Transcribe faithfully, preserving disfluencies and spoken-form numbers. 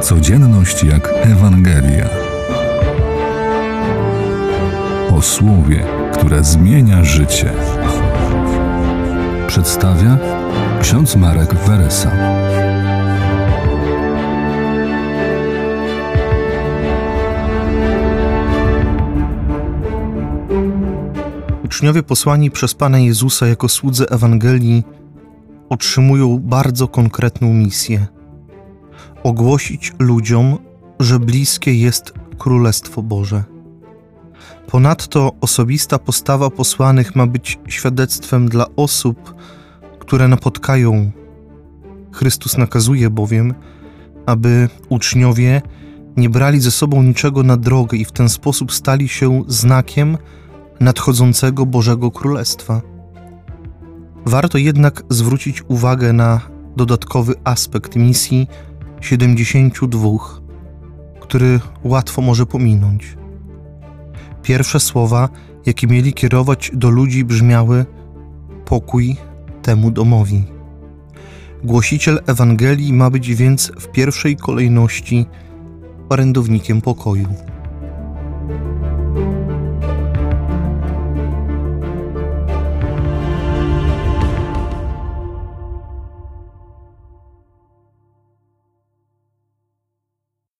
Codzienność jak Ewangelia. O słowie, które zmienia życie. Przedstawia ksiądz Marek Weresa. Uczniowie posłani przez Pana Jezusa jako słudzy Ewangelii otrzymują bardzo konkretną misję: ogłosić ludziom, że bliskie jest Królestwo Boże. Ponadto osobista postawa posłanych ma być świadectwem dla osób, które napotkają. Chrystus nakazuje bowiem, aby uczniowie nie brali ze sobą niczego na drogę i w ten sposób stali się znakiem nadchodzącego Bożego Królestwa. Warto jednak zwrócić uwagę na dodatkowy aspekt misji siedemdziesięciu dwóch, który łatwo może pominąć. Pierwsze słowa, jakie mieli kierować do ludzi, brzmiały: pokój temu domowi. Głosiciel Ewangelii ma być więc w pierwszej kolejności orędownikiem pokoju.